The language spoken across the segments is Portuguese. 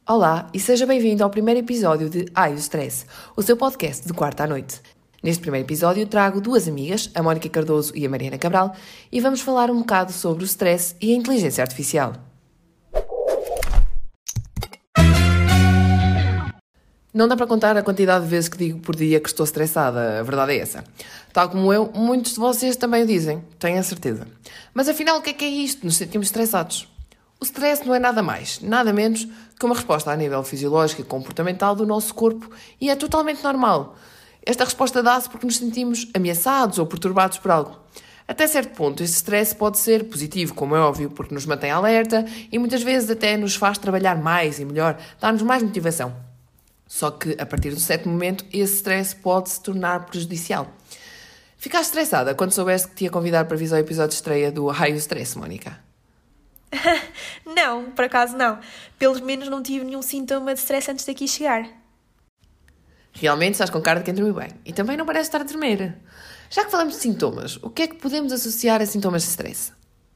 Olá e seja bem-vindo ao primeiro episódio de Ai o Stress, o seu podcast de quarta à noite. Neste primeiro episódio trago duas amigas, a Mónica Cardoso e a Mariana Cabral, e vamos falar um bocado sobre o stress e a inteligência artificial. Não dá para contar a quantidade de vezes que digo por dia que estou estressada, a verdade é essa. Tal como eu, muitos de vocês também o dizem, tenho a certeza. Mas afinal, o que é isto? Nos sentimos estressados. O stress não é nada mais, nada menos que uma resposta a nível fisiológico e comportamental do nosso corpo e é totalmente normal. Esta resposta dá-se porque nos sentimos ameaçados ou perturbados por algo. Até certo ponto, este stress pode ser positivo, como é óbvio, porque nos mantém alerta e muitas vezes até nos faz trabalhar mais e melhor, dá-nos mais motivação. Só que, a partir de um certo momento, esse stress pode se tornar prejudicial. Ficaste estressada quando soubeste que te ia convidar para vir ao episódio de estreia do Ai o Stress, Mónica? Não, por acaso não. Pelo menos não tive nenhum sintoma de stress antes daqui chegar. Realmente estás com cara de quem dormiu bem. E também não parece estar a tremer. Já que falamos de sintomas, o que é que podemos associar a sintomas de stress?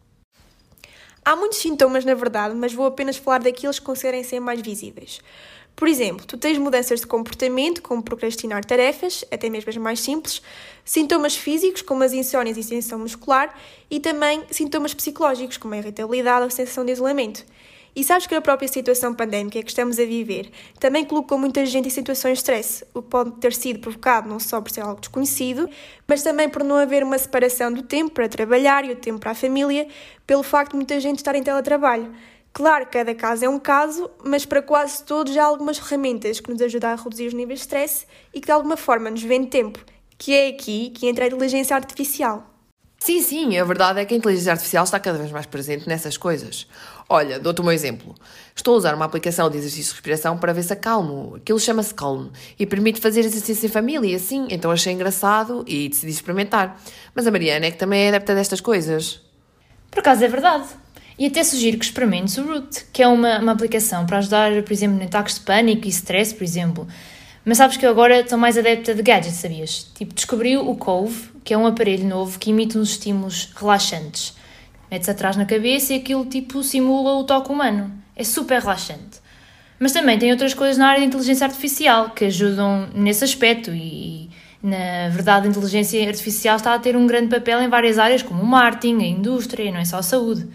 Há muitos sintomas, na verdade, mas vou apenas falar daqueles que conseguirem ser mais visíveis. Por exemplo, tu tens mudanças de comportamento, como procrastinar tarefas, até mesmo as mais simples, sintomas físicos, como as insónias e tensão muscular, e também sintomas psicológicos, como a irritabilidade ou a sensação de isolamento. E sabes que a própria situação pandémica que estamos a viver também colocou muita gente em situações de stress, o que pode ter sido provocado não só por ser algo desconhecido, mas também por não haver uma separação do tempo para trabalhar e o tempo para a família, pelo facto de muita gente estar em teletrabalho. Claro, cada caso é um caso, mas para quase todos há algumas ferramentas que nos ajudam a reduzir os níveis de stress e que de alguma forma nos vende tempo, que é aqui que entra a inteligência artificial. Sim, a verdade é que a inteligência artificial está cada vez mais presente nessas coisas. Olha, dou-te um exemplo. Estou a usar uma aplicação de exercício de respiração para ver se acalmo. Aquilo chama-se Calm e permite fazer exercício em família e assim, então achei engraçado e decidi experimentar. Mas a Mariana é que também é adepta destas coisas. Por acaso é verdade. E até sugiro que experimentes o Root, que é uma aplicação para ajudar, por exemplo, em ataques de pânico e stress, por exemplo. Mas sabes que eu agora estou mais adepta de gadgets, sabias? Tipo, descobri o Cove, que é um aparelho novo que imita uns estímulos relaxantes. Metes atrás na cabeça e aquilo tipo simula o toque humano. É super relaxante. Mas também tem outras coisas na área de inteligência artificial que ajudam nesse aspecto e na verdade a inteligência artificial está a ter um grande papel em várias áreas como o marketing, a indústria, não é só a saúde.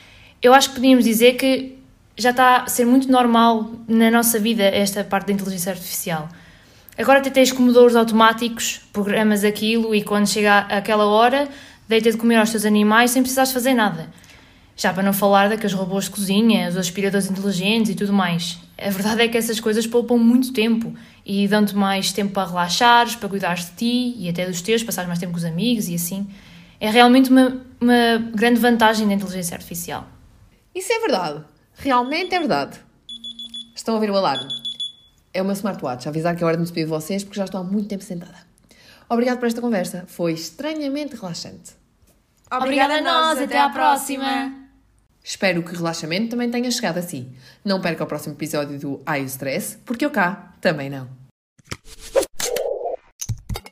Eu acho que podíamos dizer que já está a ser muito normal na nossa vida esta parte da inteligência artificial. Agora até tens comedores automáticos, programas aquilo e quando chega àquela hora deita de comer aos teus animais sem precisares fazer nada. Já para não falar daqueles robôs de cozinha, os aspiradores inteligentes e tudo mais. A verdade é que essas coisas poupam muito tempo e dão-te mais tempo para relaxares, para cuidares de ti e até dos teus, passares mais tempo com os amigos e assim. É realmente uma grande vantagem da inteligência artificial. Isso é verdade. Realmente é verdade. Estão a ouvir o alarme? É o meu smartwatch a avisar que é hora de me despedir de vocês porque já estou há muito tempo sentada. Obrigado por esta conversa. Foi estranhamente relaxante. Obrigada a nós. Até à próxima. Espero que o relaxamento também tenha chegado a si. Não perca o próximo episódio do Ai o Stress, porque eu cá também não.